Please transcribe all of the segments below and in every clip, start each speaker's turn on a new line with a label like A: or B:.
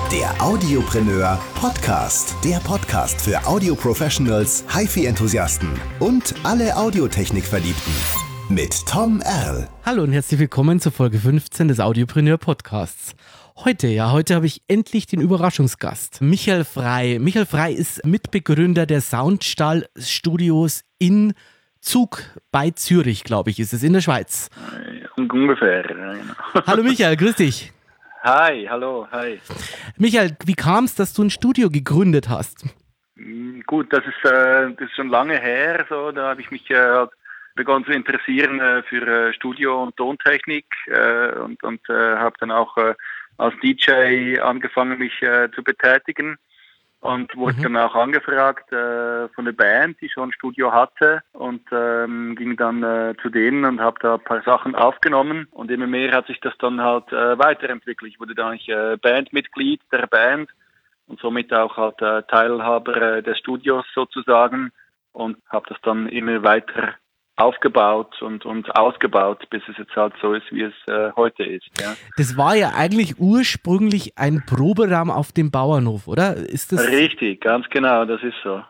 A: Der Audiopreneur Podcast. Der Podcast für Audio-Professionals, HiFi-Enthusiasten und alle Audiotechnik-Verliebten. Mit Tom Erl.
B: Hallo und herzlich willkommen zur Folge 15 des Audiopreneur Podcasts. Heute habe ich endlich den Überraschungsgast, Michael Frey. Michael Frey ist Mitbegründer der Soundstall Studios in Zug bei Zürich, glaube ich, ist es in der Schweiz.
C: Ungefähr, ja, genau.
B: Hallo Michael, grüß dich.
C: Hi, hallo, hi.
B: Michael, wie kam es, dass du ein Studio gegründet hast?
C: Gut, das ist schon lange her, so, da habe ich mich halt begonnen zu interessieren für Studio- und Tontechnik und habe dann auch als DJ angefangen, mich zu betätigen und wurde dann auch angefragt von der Band, die schon ein Studio hatte und ging dann zu denen und habe da ein paar Sachen aufgenommen und immer mehr hat sich das dann halt weiterentwickelt. Ich wurde dann Bandmitglied der Band und somit auch halt Teilhaber des Studios sozusagen und habe das dann immer weiter aufgebaut und ausgebaut, bis es jetzt halt so ist, wie es heute ist. Ja.
B: Das war ja eigentlich ursprünglich ein Proberaum auf dem Bauernhof, oder? Ist das
C: Richtig, ganz genau, das ist so.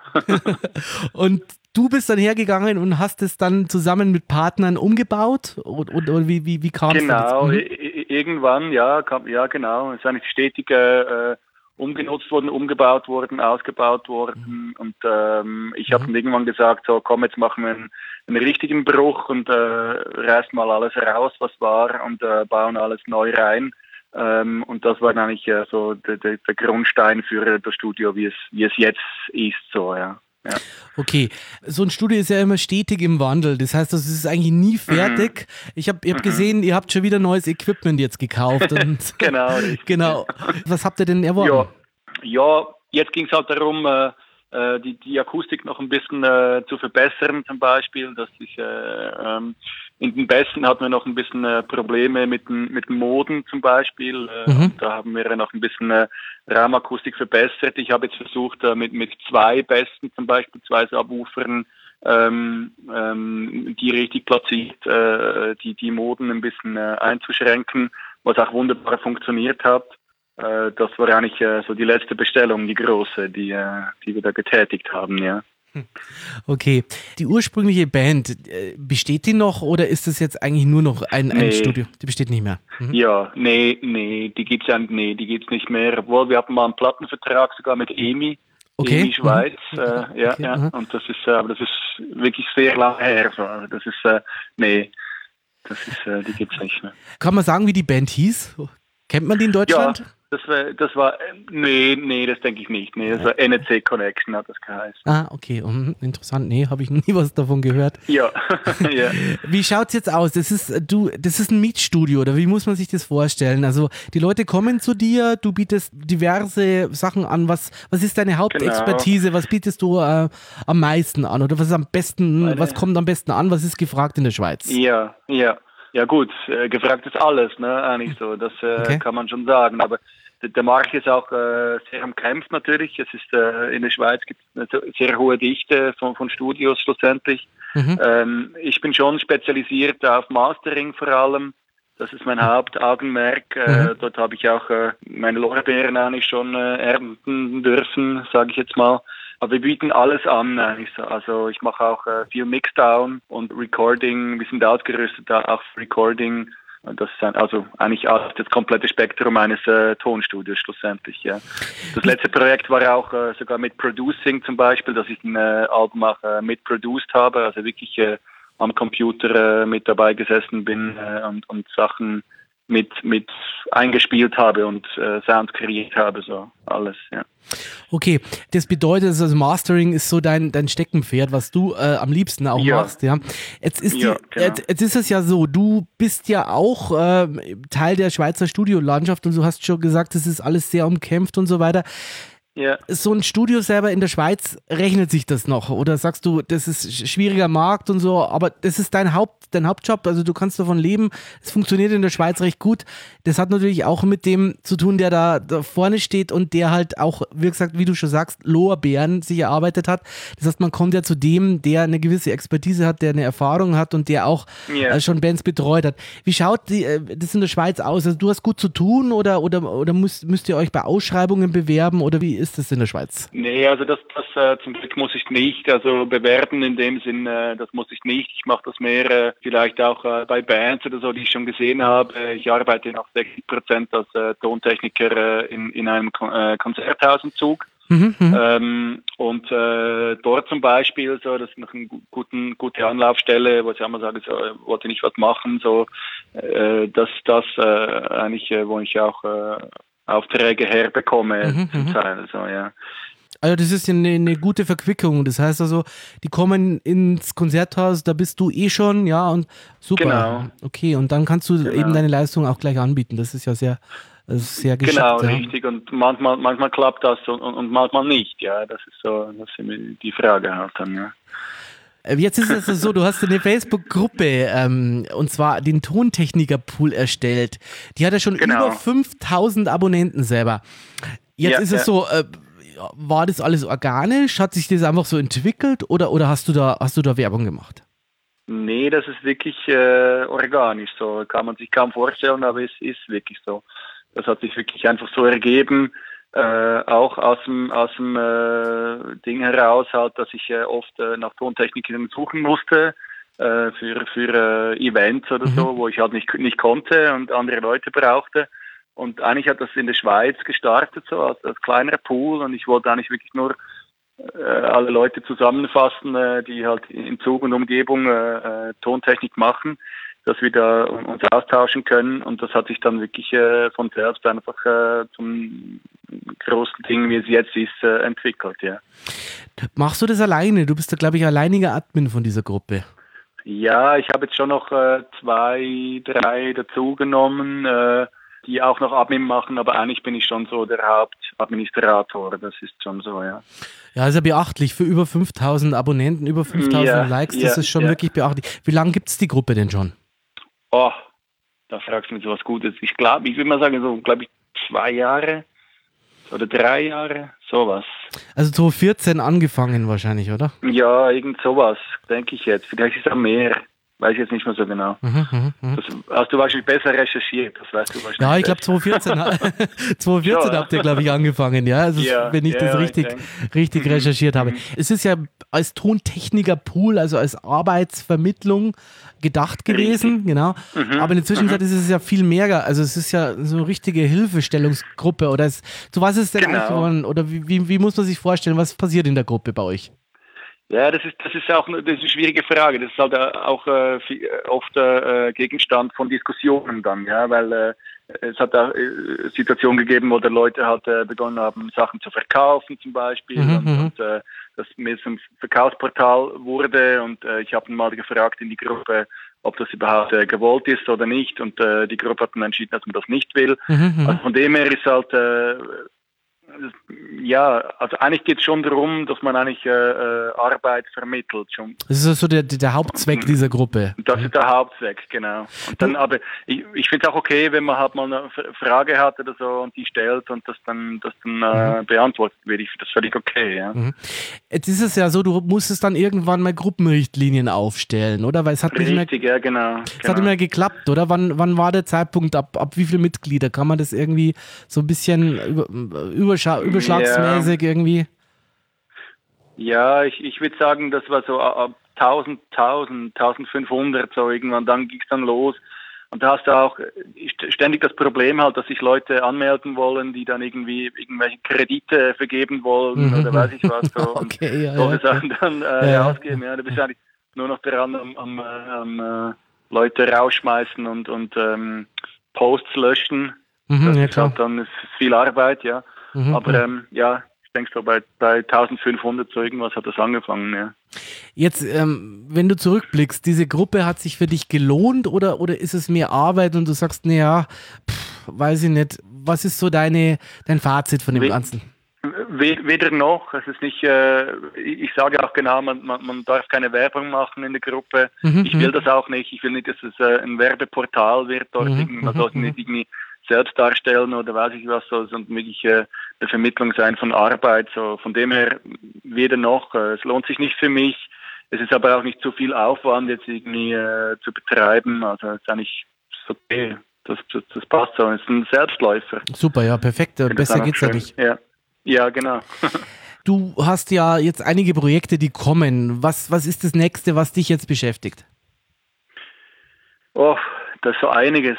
B: Und du bist dann hergegangen und hast es dann zusammen mit Partnern umgebaut? Oder wie kam es
C: Genau,
B: dazu?
C: irgendwann, ja, genau. Es ist eigentlich stetig umgenutzt worden, umgebaut worden, ausgebaut worden und ich habe dann irgendwann gesagt, so komm, jetzt machen wir einen richtigen Bruch und reißen mal alles raus, was war und bauen alles neu rein und das war dann eigentlich so der Grundstein für das Studio, wie es jetzt ist, so, ja. Ja.
B: Okay, so ein Studio ist ja immer stetig im Wandel, das heißt, das ist eigentlich nie fertig. Ich hab gesehen, ihr habt schon wieder neues Equipment jetzt gekauft. Und
C: Genau, richtig.
B: Genau. Was habt ihr denn erworben?
C: Ja, jetzt ging es halt darum, die Akustik noch ein bisschen zu verbessern zum Beispiel, dass ich in den Bässen hatten wir noch ein bisschen Probleme mit dem Moden zum Beispiel. Da haben wir noch ein bisschen Raumakustik verbessert. Ich habe jetzt versucht, mit zwei Bässen zum Beispiel, zwei Subwoofern, die richtig platziert, die Moden ein bisschen einzuschränken, was auch wunderbar funktioniert hat. Das war eigentlich so die letzte Bestellung, die große, die wir da getätigt haben, ja.
B: Okay, die ursprüngliche Band, besteht die noch oder ist das jetzt eigentlich nur noch ein Studio? Die besteht nicht mehr?
C: Ja, nee, die gibt's nicht mehr. Obwohl, wir hatten mal einen Plattenvertrag sogar mit EMI,
B: okay.
C: EMI Schweiz,
B: Okay.
C: und das ist wirklich sehr lange her. So. Also das ist, die gibt's nicht mehr.
B: Kann man sagen, wie die Band hieß? Kennt man die in Deutschland?
C: Ja. Das war, nee, das denke ich nicht. Nee, das war NEC Connection, hat das geheißen.
B: Ah, okay, interessant. Nee, habe ich nie was davon gehört.
C: Ja, ja.
B: Wie schaut's jetzt aus? Das ist ein Mietstudio, oder wie muss man sich das vorstellen? Also, die Leute kommen zu dir, du bietest diverse Sachen an. Was ist deine Hauptexpertise? Genau. Was bietest du am meisten an? Oder was kommt am besten an? Was ist gefragt in der Schweiz?
C: Ja gut, gefragt ist alles, ne, eigentlich so, das kann man schon sagen, aber der Markt ist auch sehr umkämpft natürlich, es ist in der Schweiz gibt es eine sehr hohe Dichte von Studios schlussendlich. Ich bin schon spezialisiert auf Mastering vor allem, das ist mein Hauptaugenmerk, dort habe ich auch meine Lorbeeren eigentlich schon ernten dürfen, sage ich jetzt mal. Aber wir bieten alles an eigentlich so. Also ich mache auch viel Mixdown und Recording. Wir sind ausgerüstet auch für Recording. Das ist eigentlich das komplette Spektrum eines Tonstudios schlussendlich. Ja. Das letzte Projekt war auch sogar mit Producing zum Beispiel, dass ich ein Album auch mitproduced habe. Also wirklich am Computer mit dabei gesessen bin und Sachen mit eingespielt habe und Sound kreiert habe, so alles, ja.
B: Okay, das bedeutet, also Mastering ist so dein Steckenpferd, was du am liebsten auch machst, ja. Jetzt ist es ja so, du bist ja auch Teil der Schweizer Studiolandschaft und du hast schon gesagt, das ist alles sehr umkämpft und so weiter. So ein Studio selber in der Schweiz, rechnet sich das noch? Oder sagst du, das ist ein schwieriger Markt und so, aber das ist dein Hauptjob, also du kannst davon leben, es funktioniert in der Schweiz recht gut. Das hat natürlich auch mit dem zu tun, der da vorne steht und der halt auch, wie gesagt, wie du schon sagst, Lorbeeren sich erarbeitet hat. Das heißt, man kommt ja zu dem, der eine gewisse Expertise hat, der eine Erfahrung hat und der auch schon Bands betreut hat. Wie schaut das in der Schweiz aus? Also du hast gut zu tun oder müsst ihr euch bei Ausschreibungen bewerben oder wie ist das in der Schweiz?
C: Nee, also das zum Glück muss ich nicht, also bewerben in dem Sinn, das muss ich nicht. Ich mache das mehr vielleicht auch bei Bands oder so, die ich schon gesehen habe. Ich arbeite noch 60% als Tontechniker in einem Konzerthaus im Zug. Und dort zum Beispiel, so, das ist noch eine gute Anlaufstelle, wo ich einmal sage, so, wollte nicht was machen, so, das eigentlich, wo ich auch Aufträge herbekomme, zum Teil, so, ja.
B: Also das ist eine gute Verquickung, das heißt also, die kommen ins Konzerthaus, da bist du schon, ja, und super.
C: Genau.
B: Okay, und dann kannst du eben deine Leistung auch gleich anbieten, das ist ja sehr geschickt. Genau,
C: richtig, und manchmal klappt das und manchmal nicht, ja, das ist die Frage halt dann, ja.
B: Jetzt ist es so, du hast eine Facebook-Gruppe und zwar den Tontechniker-Pool erstellt. Die hat ja schon über 5000 Abonnenten selber. Jetzt ist es so, war das alles organisch? Hat sich das einfach so entwickelt oder hast du da Werbung gemacht?
C: Nee, das ist wirklich organisch so. Kann man sich kaum vorstellen, aber es ist wirklich so. Das hat sich wirklich einfach so ergeben. Auch aus dem Ding heraus halt, dass ich oft nach Tontechnikern suchen musste für Events oder so, wo ich halt nicht konnte und andere Leute brauchte. Und eigentlich hat das in der Schweiz gestartet, so als kleiner Pool, und ich wollte eigentlich wirklich nur alle Leute zusammenfassen, die halt in Zug und Umgebung Tontechnik machen, dass wir da uns austauschen können, und das hat sich dann wirklich von selbst einfach zum großen Ding, wie es jetzt ist, entwickelt, ja.
B: Machst du das alleine? Du bist da, glaube ich, alleiniger Admin von dieser Gruppe.
C: Ja, ich habe jetzt schon noch 2, 3 dazugenommen, die auch noch Admin machen, aber eigentlich bin ich schon so der Hauptadministrator, das ist schon so, ja.
B: Ja, ist ja beachtlich, für über 5000 Abonnenten, über 5000 Likes, das ist schon wirklich beachtlich. Wie lange gibt es die Gruppe denn schon?
C: Oh, da fragst du mich so was Gutes. Ich würde mal sagen, so, 2 Jahre oder 3 Jahre, sowas.
B: Also 2014 angefangen wahrscheinlich, oder?
C: Ja, irgend sowas, denke ich jetzt. Vielleicht ist es auch mehr. Weiß ich jetzt nicht mehr so genau. Das hast du wahrscheinlich besser recherchiert, das weißt du wahrscheinlich.
B: Ja, ich glaube 2014 habt ihr, glaube ich, angefangen, ja, also wenn ich das richtig recherchiert habe. Es ist ja als Tontechniker-Pool, also als Arbeitsvermittlung gedacht gewesen, genau. Aber in der Zwischenzeit ist es ja viel mehr, also es ist ja so eine richtige Hilfestellungsgruppe oder so, was ist denn eigentlich geworden, oder wie muss man sich vorstellen, was passiert in der Gruppe bei euch?
C: Ja, das ist auch eine schwierige Frage. Das ist halt auch oft Gegenstand von Diskussionen dann, ja, weil es hat auch Situationen gegeben, wo die Leute halt begonnen haben, Sachen zu verkaufen zum Beispiel und das mit einem Verkaufsportal wurde, und ich habe mal gefragt in die Gruppe, ob das überhaupt gewollt ist oder nicht, und die Gruppe hat dann entschieden, dass man das nicht will. Also von dem her ist halt ja, also eigentlich geht es schon darum, dass man eigentlich Arbeit vermittelt. Schon.
B: Das ist also der Hauptzweck dieser Gruppe.
C: Das ist der Hauptzweck, genau. Und dann, aber ich finde es auch okay, wenn man halt mal eine Frage hat oder so und die stellt und das dann beantwortet wird. Ich finde das völlig okay, ja.
B: Jetzt ist es ja so, du musstest dann irgendwann mal Gruppenrichtlinien aufstellen, oder? Weil es hat nicht mehr,
C: ja, genau.
B: Es hat nicht mehr geklappt, oder? Wann war der Zeitpunkt, ab wie viele Mitglieder? Kann man das irgendwie so ein bisschen überschlagsmäßig irgendwie?
C: Ja, ich würde sagen, das war so ab 1500 so irgendwann, dann ging es dann los. Und da hast du auch ständig das Problem halt, dass sich Leute anmelden wollen, die dann irgendwie irgendwelche Kredite vergeben wollen oder weiß ich was. So,
B: okay,
C: und solche Sachen dann ausgeben. Ja, du bist eigentlich nur noch dran am Leute rausschmeißen und Posts löschen. Das ist halt dann ist viel Arbeit, ja. Aber ja, ich denke so bei 1500 so irgendwas hat das angefangen, ja.
B: Jetzt, wenn du zurückblickst, diese Gruppe hat sich für dich gelohnt oder ist es mehr Arbeit und du sagst, naja, weiß ich nicht, was ist so dein Fazit von dem Ganzen?
C: Weder noch, es ist nicht, ich sage auch genau, man darf keine Werbung machen in der Gruppe. Ich will das auch nicht. Ich will nicht, dass es ein Werbeportal wird dort. Man soll nicht irgendwie selbst darstellen oder weiß ich was, sondern wirklich eine Vermittlung sein von Arbeit. So, von dem her, weder noch. Es lohnt sich nicht für mich. Es ist aber auch nicht zu viel Aufwand, jetzt irgendwie zu betreiben. Also es ist eigentlich okay. Das passt so. Es ist ein Selbstläufer.
B: Super, ja, perfekt. Besser geht's ja nicht.
C: Ja, genau.
B: Du hast ja jetzt einige Projekte, die kommen. Was ist das Nächste, was dich jetzt beschäftigt?
C: Oh, das ist so einiges.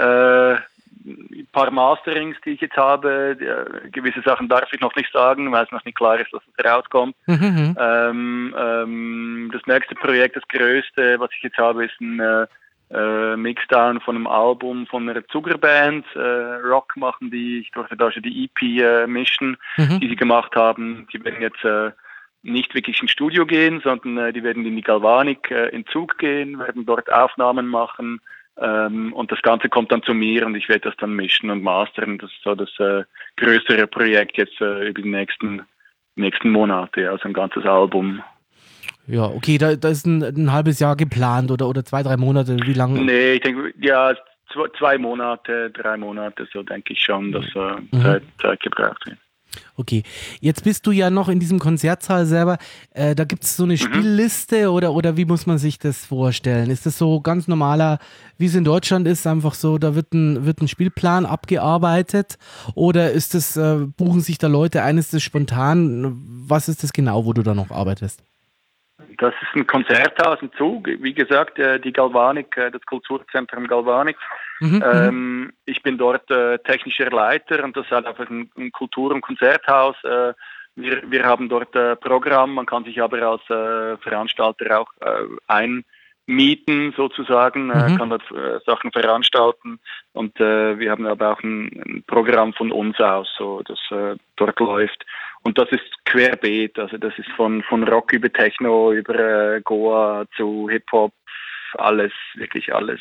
C: Ein paar Masterings, die ich jetzt habe. Gewisse Sachen darf ich noch nicht sagen, weil es noch nicht klar ist, dass es rauskommt. Das nächste Projekt, das größte, was ich jetzt habe, ist ein Mixdown von einem Album von einer Zuckerband. Rock machen die. Ich durfte da schon die EP mischen, die sie gemacht haben. Die werden jetzt nicht wirklich ins Studio gehen, sondern die werden in die Galvanik in Zug gehen, werden dort Aufnahmen machen. Und das Ganze kommt dann zu mir und ich werde das dann mischen und mastern. Das ist so das größere Projekt jetzt über die nächsten Monate, also ein ganzes Album.
B: Ja, okay, da ist ein halbes Jahr geplant oder 2-3 Monate, wie lange?
C: Nee, ich denke, 2 Monate, 3 Monate, so denke ich schon, dass Zeit gebraucht wird.
B: Okay, jetzt bist du ja noch in diesem Konzertsaal selber, da gibt es so eine Spielliste oder wie muss man sich das vorstellen? Ist das so ganz normaler, wie es in Deutschland ist, einfach so, da wird ein Spielplan abgearbeitet oder ist das, buchen sich da Leute ein, ist das spontan? Was ist das genau, wo du da noch arbeitest?
C: Das ist ein Konzerthaus im Zug, wie gesagt, die Galvanik, das Kulturzentrum Galvanik. Ich bin dort technischer Leiter und das ist halt einfach ein Kultur- und Konzerthaus. Wir haben dort Programm, man kann sich aber als Veranstalter auch einmieten sozusagen, kann dort Sachen veranstalten und wir haben aber auch ein Programm von uns aus, so das dort läuft. Und das ist querbeet, also das ist von Rock über Techno, über Goa zu Hip-Hop, alles, wirklich alles.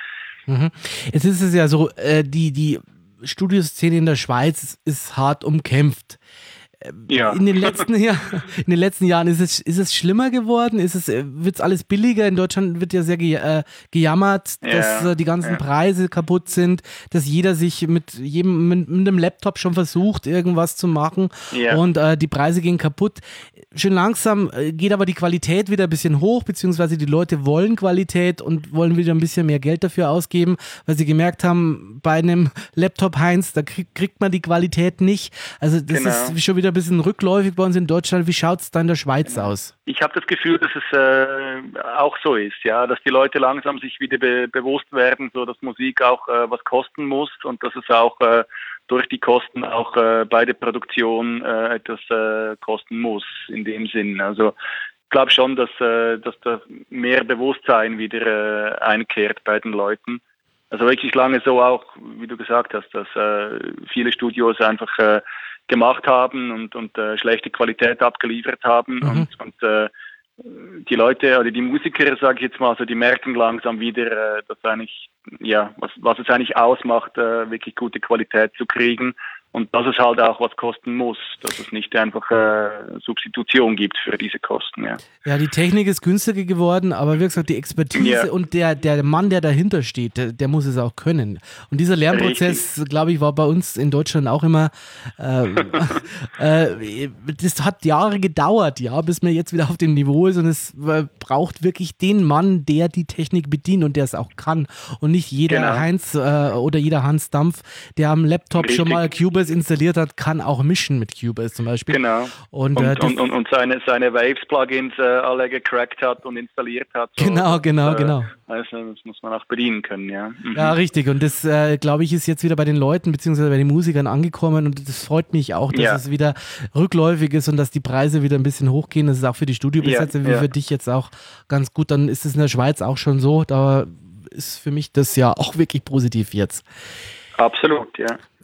B: Jetzt ist es ja so, die Studioszene in der Schweiz ist hart umkämpft.
C: Ja.
B: In den letzten Jahren ist es schlimmer geworden? Wird es alles billiger? In Deutschland wird ja sehr gejammert, dass die ganzen Preise kaputt sind, dass jeder sich mit einem Laptop schon versucht, irgendwas zu machen und die Preise gehen kaputt. Schön langsam geht aber die Qualität wieder ein bisschen hoch, beziehungsweise die Leute wollen Qualität und wollen wieder ein bisschen mehr Geld dafür ausgeben, weil sie gemerkt haben, bei einem Laptop Heinz, da kriegt man die Qualität nicht. Also das ist schon wieder ein bisschen rückläufig bei uns in Deutschland. Wie schaut es da in der Schweiz aus?
C: Ich habe das Gefühl, dass es auch so ist, ja, dass die Leute langsam sich wieder bewusst werden, so dass Musik auch was kosten muss und dass es auch durch die Kosten auch bei der Produktion etwas kosten muss in dem Sinn. Also ich glaube schon, dass da mehr Bewusstsein wieder einkehrt bei den Leuten. Also wirklich lange so auch, wie du gesagt hast, dass viele Studios einfach gemacht haben und schlechte Qualität abgeliefert haben und die Leute oder die Musiker, sage ich jetzt mal, also die merken langsam wieder, dass eigentlich was es eigentlich ausmacht, wirklich gute Qualität zu kriegen und dass es halt auch was kosten muss, dass es nicht einfach Substitution gibt für diese Kosten.
B: Ja, die Technik ist günstiger geworden, aber wie gesagt, die Expertise und der Mann, der dahinter steht, der muss es auch können. Und dieser Lernprozess, glaube ich, war bei uns in Deutschland auch immer, das hat Jahre gedauert, bis man jetzt wieder auf dem Niveau ist und es braucht wirklich den Mann, der die Technik bedient und der es auch kann und nicht jeder Heinz oder jeder Hans Dampf, der am Laptop schon mal Cubase installiert hat, kann auch mischen mit Cubase zum Beispiel.
C: Genau. Und seine Waves-Plugins alle gecrackt hat und installiert hat. So.
B: Genau.
C: Also das muss man auch bedienen können, ja.
B: Ja, richtig. Und das, glaube ich, ist jetzt wieder bei den Leuten bzw. bei den Musikern angekommen und das freut mich auch, dass es wieder rückläufig ist und dass die Preise wieder ein bisschen hochgehen. Das ist auch für die Studiobesitzer wie für dich jetzt auch ganz gut. Dann ist es in der Schweiz auch schon so. Da ist für mich das ja auch wirklich positiv jetzt.
C: Absolut, ja.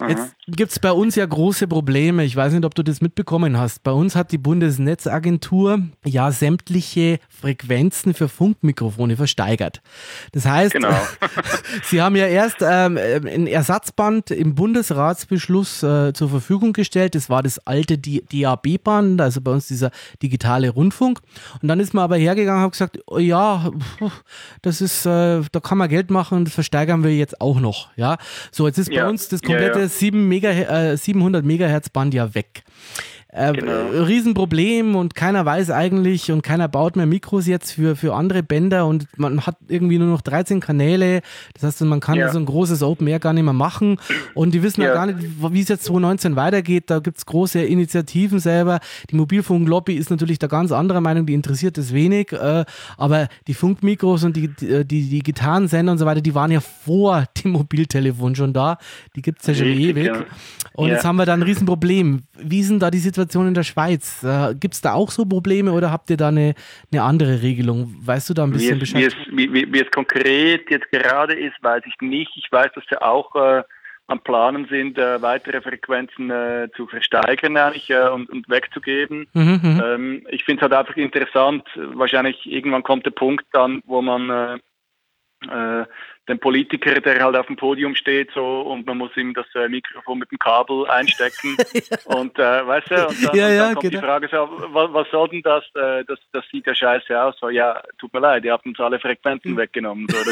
B: Jetzt gibt es bei uns ja große Probleme. Ich weiß nicht, ob du das mitbekommen hast. Bei uns hat die Bundesnetzagentur ja sämtliche Frequenzen für Funkmikrofone versteigert. Das heißt, sie haben ja erst ein Ersatzband im Bundesratsbeschluss zur Verfügung gestellt. Das war das alte DAB-Band, also bei uns dieser digitale Rundfunk. Und dann ist man aber hergegangen und hat gesagt, oh ja, das ist, da kann man Geld machen, das versteigern wir jetzt auch noch. Ja, so, jetzt ist bei uns das komplette 700 Megahertz Band ja weg. Riesenproblem und keiner weiß eigentlich und keiner baut mehr Mikros jetzt für andere Bänder und man hat irgendwie nur noch 13 Kanäle, das heißt, man kann so ein großes Open Air gar nicht mehr machen und die wissen ja gar nicht, wie es jetzt 2019 weitergeht, da gibt es große Initiativen selber, die Mobilfunklobby ist natürlich da ganz anderer Meinung, die interessiert es wenig, aber die Funkmikros und die Gitarrensender und so weiter, die waren ja vor dem Mobiltelefon schon da, die gibt es ja schon ewig und jetzt haben wir da ein Riesenproblem. Wie ist denn da die Situation in der Schweiz? Gibt es da auch so Probleme oder habt ihr da eine andere Regelung? Weißt du da ein bisschen Bescheid?
C: Wie es konkret jetzt gerade ist, weiß ich nicht. Ich weiß, dass wir auch am Planen sind, weitere Frequenzen zu versteigern eigentlich, und wegzugeben. Ich finde es halt einfach interessant. Wahrscheinlich irgendwann kommt der Punkt dann, wo man den Politiker, der halt auf dem Podium steht, so, und man muss ihm das Mikrofon mit dem Kabel einstecken. Und weißt du, und dann kommt die Frage so, was soll denn das? Das sieht ja scheiße aus. So, ja, tut mir leid, ihr habt uns alle Frequenzen weggenommen. So,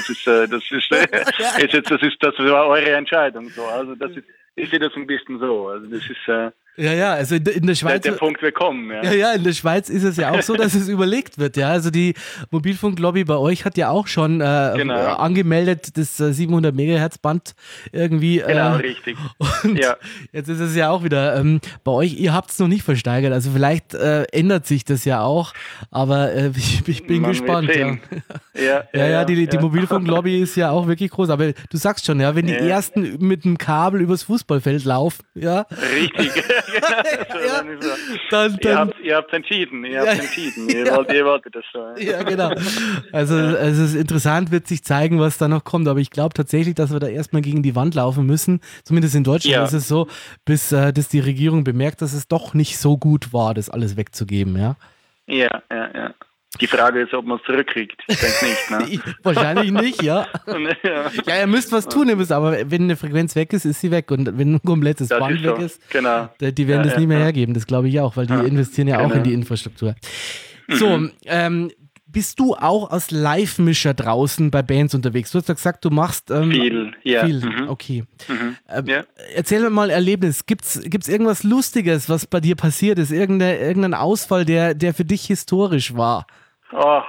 C: das war eure Entscheidung. So, also ich sehe das ein bisschen so. Also das ist
B: also in der Schweiz.
C: Der Punkt wir kommen,
B: Ja, in der Schweiz ist es ja auch so, dass es überlegt wird, ja. Also die Mobilfunklobby bei euch hat ja auch schon angemeldet, das 700 Megahertz Band irgendwie.
C: Genau, richtig.
B: Und jetzt ist es ja auch wieder bei euch, ihr habt es noch nicht versteigert, also vielleicht ändert sich das ja auch, aber ich bin gespannt. Die Mobilfunklobby ist ja auch wirklich groß, aber du sagst schon, ja, wenn die Ersten mit dem Kabel übers Fußballfeld laufen, ja.
C: Richtig. Ihr habt entschieden. Ihr wolltet das so.
B: Ja, genau. Also es ist interessant, wird sich zeigen, was da noch kommt. Aber ich glaube tatsächlich, dass wir da erstmal gegen die Wand laufen müssen. Zumindest in Deutschland ist es so, bis dass die Regierung bemerkt, dass es doch nicht so gut war, das alles wegzugeben. Ja.
C: Die Frage ist, ob man es zurückkriegt. Ich denke nicht, ne?
B: Wahrscheinlich nicht, ja. Ja, ihr müsst was tun, aber wenn eine Frequenz weg ist, ist sie weg. Und wenn ein komplettes Band weg ist, die werden das nie mehr hergeben. Das glaube ich auch, weil die investieren ja auch in die Infrastruktur. So, bist du auch als Live-Mischer draußen bei Bands unterwegs? Du hast ja gesagt, du machst
C: viel.
B: Okay. Erzähl mir mal Erlebnis. Gibt's irgendwas Lustiges, was bei dir passiert ist? Irgendein Ausfall, der für dich historisch war?
C: Oh.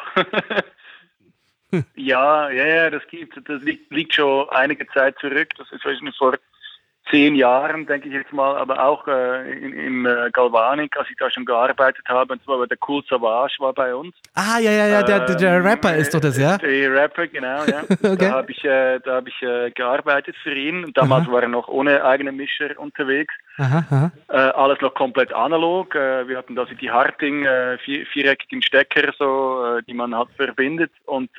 C: Das gibt. Das liegt schon einige Zeit zurück. Das ist wahrscheinlich vor 10 Jahren, denke ich jetzt mal, aber auch in Galvanik, als ich da schon gearbeitet habe, und zwar bei der Cool Savage war bei uns.
B: Der Rapper ist doch das, ja?
C: Der Rapper, genau, ja. Okay. Da hab ich gearbeitet für ihn. Und damals war er noch ohne eigenen Mischer unterwegs. Alles noch komplett analog. Wir hatten da die Harting viereckigen Stecker, so, die man halt verbindet. Und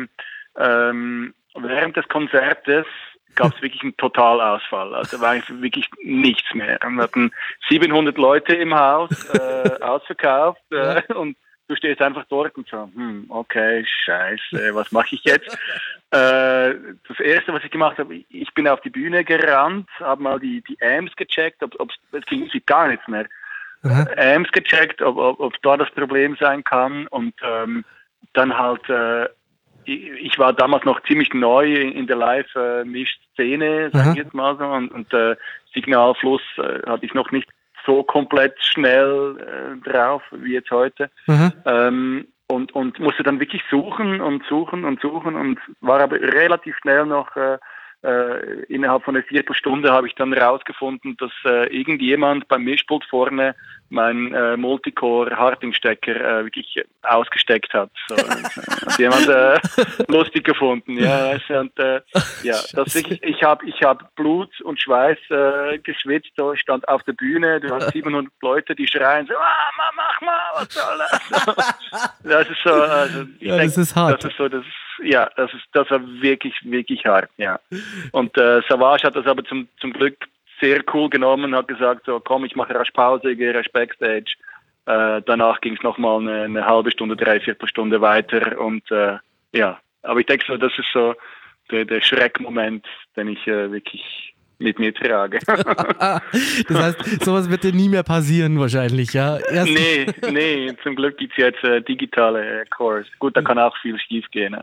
C: während des Konzertes gab es wirklich einen Totalausfall. Also war wirklich nichts mehr. Wir hatten 700 Leute im Haus, ausverkauft, und du stehst einfach dort und so, okay, scheiße, was mache ich jetzt? Das Erste, was ich gemacht habe, ich bin auf die Bühne gerannt, habe mal die Amps gecheckt, es ging gar nichts mehr. Amps gecheckt, ob da das Problem sein kann, und dann halt ich war damals noch ziemlich neu in der Live-Misch-Szene, sag ich jetzt mal so, und Signalfluss hatte ich noch nicht so komplett schnell drauf wie jetzt heute. Und musste dann wirklich suchen und war aber relativ schnell noch innerhalb von einer Viertelstunde habe ich dann rausgefunden, dass irgendjemand beim Mischpult vorne mein Multicore-Harting-Stecker wirklich ausgesteckt hat. So, hat jemand lustig gefunden. Ja, und ich hab Blut und Schweiß geschwitzt. So, ich stand auf der Bühne, du hast 700 Leute, die schreien so, mach mal, was soll das? Das ist so, also ich denke,
B: das ist hart.
C: Das ist so, das war wirklich, wirklich hart, ja. Und Savage hat das aber zum Glück sehr cool genommen, hat gesagt, so komm, ich mache rasch Pause, gehe rasch Backstage. Danach ging es nochmal eine halbe Stunde, 3/4 Stunde weiter und aber ich denke so, das ist so der Schreckmoment, den ich wirklich mit mir trage.
B: Das heißt, sowas wird dir nie mehr passieren wahrscheinlich, ja?
C: Nee, zum Glück gibt es jetzt digitale Cores. Gut, da kann auch viel schief gehen.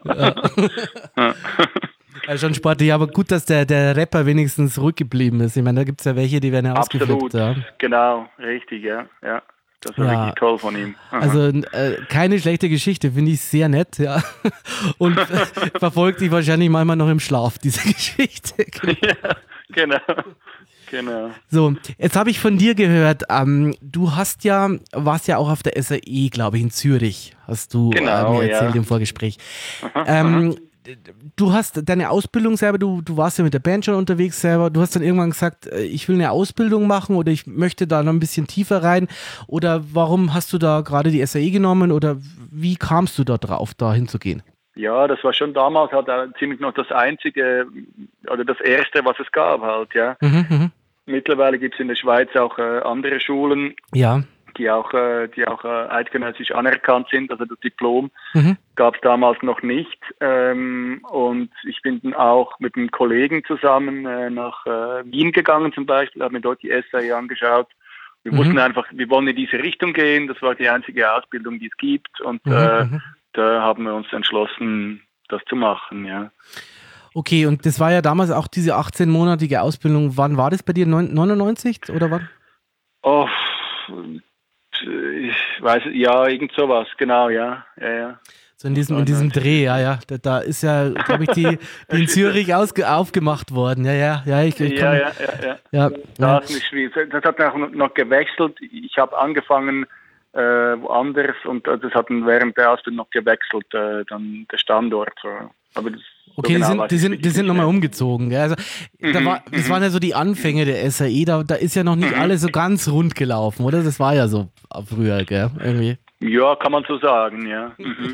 B: Ja, schon sportlich, aber gut, dass der Rapper wenigstens zurückgeblieben ist. Ich meine, da gibt es ja welche, die werden ja ausgeflippt.
C: Absolut, genau, richtig, ja. Das war wirklich toll von ihm. Aha.
B: Also keine schlechte Geschichte, finde ich sehr nett, ja. Und verfolgt dich wahrscheinlich manchmal noch im Schlaf, diese Geschichte.
C: Ja, genau.
B: So, jetzt habe ich von dir gehört, du warst ja auch auf der SAE, glaube ich, in Zürich, hast du mir erzählt im Vorgespräch. Aha. Du hast deine Ausbildung selber, du warst ja mit der Band schon unterwegs selber, du hast dann irgendwann gesagt, ich will eine Ausbildung machen oder ich möchte da noch ein bisschen tiefer rein, oder warum hast du da gerade die SAE genommen oder wie kamst du da drauf, da hinzugehen?
C: Ja, das war schon damals halt ziemlich noch das einzige oder das erste, was es gab halt, ja. Mittlerweile gibt es in der Schweiz auch andere Schulen. Ja. Die auch eidgenössisch anerkannt sind, also das Diplom gab es damals noch nicht. Und ich bin dann auch mit einem Kollegen zusammen nach Wien gegangen zum Beispiel, habe mir dort die SAE angeschaut. Wir wussten einfach, wir wollen in diese Richtung gehen, das war die einzige Ausbildung, die es gibt. Und da haben wir uns entschlossen, das zu machen, ja.
B: Okay, und das war ja damals auch diese 18-monatige Ausbildung. Wann war das bei dir? 99 oder wann?
C: Oh, ich weiß, ja, irgend sowas, genau, ja.
B: So in diesem Dreh, ja. Da ist ja, glaube ich, die in Zürich aufgemacht worden. Ja.
C: Das ist nicht schwierig. Das hat noch gewechselt. Ich habe angefangen woanders und das hat während der Ausbildung noch gewechselt, dann der Standort. Aber das
B: okay, die sind nochmal umgezogen. Gell? Also, das waren ja so die Anfänge der SAE, da ist ja noch nicht alles so ganz rund gelaufen, oder? Das war ja so früher, gell? Irgendwie.
C: Ja, kann man so sagen, ja.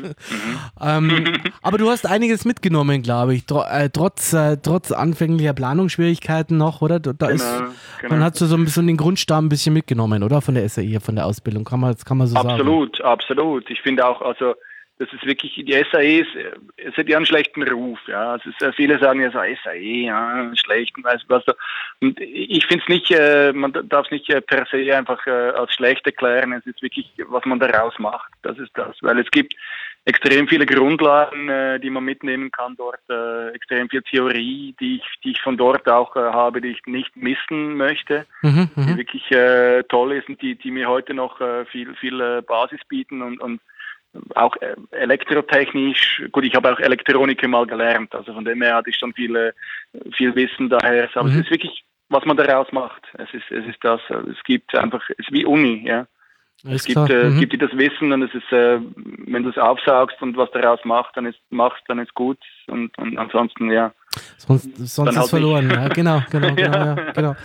B: Aber du hast einiges mitgenommen, glaube ich, trotz anfänglicher Planungsschwierigkeiten noch, oder? Man hat so ein bisschen den Grundstamm ein bisschen mitgenommen, oder? Von der SAE, von der Ausbildung, kann man so sagen.
C: Absolut. Ich finde auch, also das ist wirklich, die SAE es hat ja einen schlechten Ruf, ja. Es ist, viele sagen ja so, SAE, ja, schlecht und weiß was. Und ich finde es nicht, man darf es nicht per se einfach als schlecht erklären. Es ist wirklich, was man daraus macht. Das ist das. Weil es gibt extrem viele Grundlagen, die man mitnehmen kann dort, extrem viel Theorie, die ich von dort auch habe, die ich nicht missen möchte, die wirklich toll ist und die mir heute noch viel Basis bieten und auch elektrotechnisch, gut, ich habe auch Elektronik mal gelernt, also von dem her hatte ich schon viel Wissen daher, aber es ist wirklich, was man daraus macht. Es ist das, es gibt einfach, es ist wie Uni, ja. Es gibt dir das Wissen und es ist, wenn du es aufsaugst und was daraus machst, dann ist gut und ansonsten, ja.
B: Sonst ist halt verloren, ja, genau. Ja.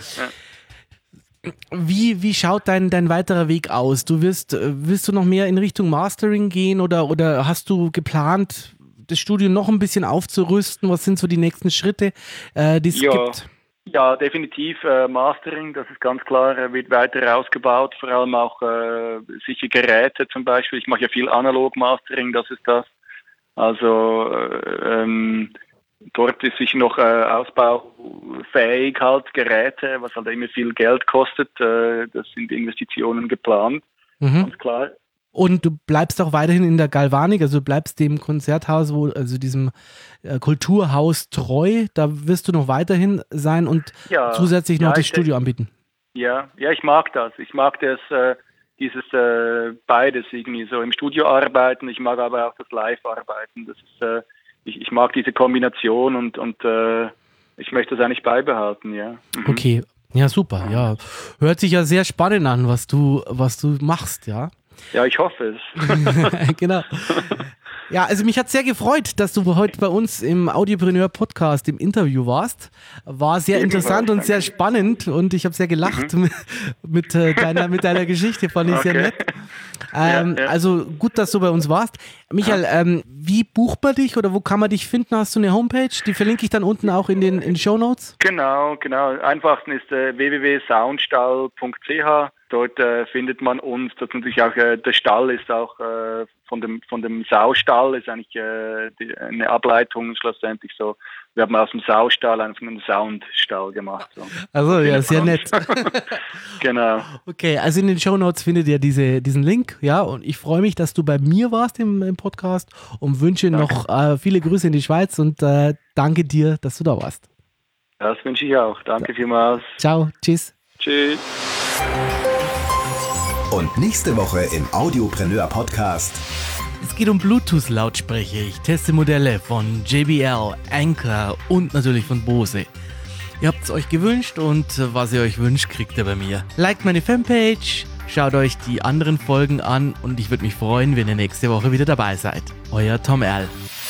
B: Wie schaut dein weiterer Weg aus? Willst du noch mehr in Richtung Mastering gehen oder hast du geplant, das Studio noch ein bisschen aufzurüsten? Was sind so die nächsten Schritte, die es gibt?
C: Ja, definitiv. Mastering, das ist ganz klar, wird weiter ausgebaut, vor allem auch sicher Geräte zum Beispiel. Ich mache ja viel Analog-Mastering, das ist das. Also dort ist sicher noch ausbaufähig halt Geräte, was halt immer viel Geld kostet. Das sind Investitionen geplant, ganz klar.
B: Und du bleibst auch weiterhin in der Galvanik, also du bleibst dem Konzerthaus, also diesem Kulturhaus treu, da wirst du noch weiterhin sein und zusätzlich noch das Studio anbieten. Ja,
C: ich mag das. Ich mag das, dieses beides irgendwie so im Studio arbeiten, ich mag aber auch das Live-Arbeiten. Das ist ich mag diese Kombination und ich möchte das eigentlich beibehalten, ja.
B: Okay, ja super, ja. Hört sich ja sehr spannend an, was du machst, ja.
C: Ja, ich hoffe es.
B: Genau. Ja, also mich hat sehr gefreut, dass du heute bei uns im Audiopreneur Podcast im Interview warst. War sehr interessant und sehr spannend und ich habe sehr gelacht mit deiner Geschichte, fand ich sehr nett. Also gut, dass du bei uns warst. Michael, wie bucht man dich oder wo kann man dich finden? Hast du eine Homepage? Die verlinke ich dann unten auch in den Shownotes.
C: Genau. Einfachsten ist www.soundstall.ch. Dort findet man uns. Das natürlich auch der Stall ist auch von dem Saustall ist eigentlich eine Ableitung schlussendlich so. Wir haben aus dem Saustall einfach einen Soundstall gemacht. So.
B: Also ja, sehr nett.
C: Genau.
B: Okay, also in den Shownotes findet ihr diesen Link, ja, und ich freue mich, dass du bei mir warst im Podcast und wünsche noch viele Grüße in die Schweiz und danke dir, dass du da warst.
C: Das wünsche ich auch. Danke vielmals.
B: Ciao, tschüss.
C: Tschüss.
A: Und nächste Woche im Audiopreneur Podcast.
B: Es geht um Bluetooth-Lautsprecher. Ich teste Modelle von JBL, Anker und natürlich von Bose. Ihr habt es euch gewünscht und was ihr euch wünscht, kriegt ihr bei mir. Liked meine Fanpage, schaut euch die anderen Folgen an und ich würde mich freuen, wenn ihr nächste Woche wieder dabei seid. Euer Tom Erl.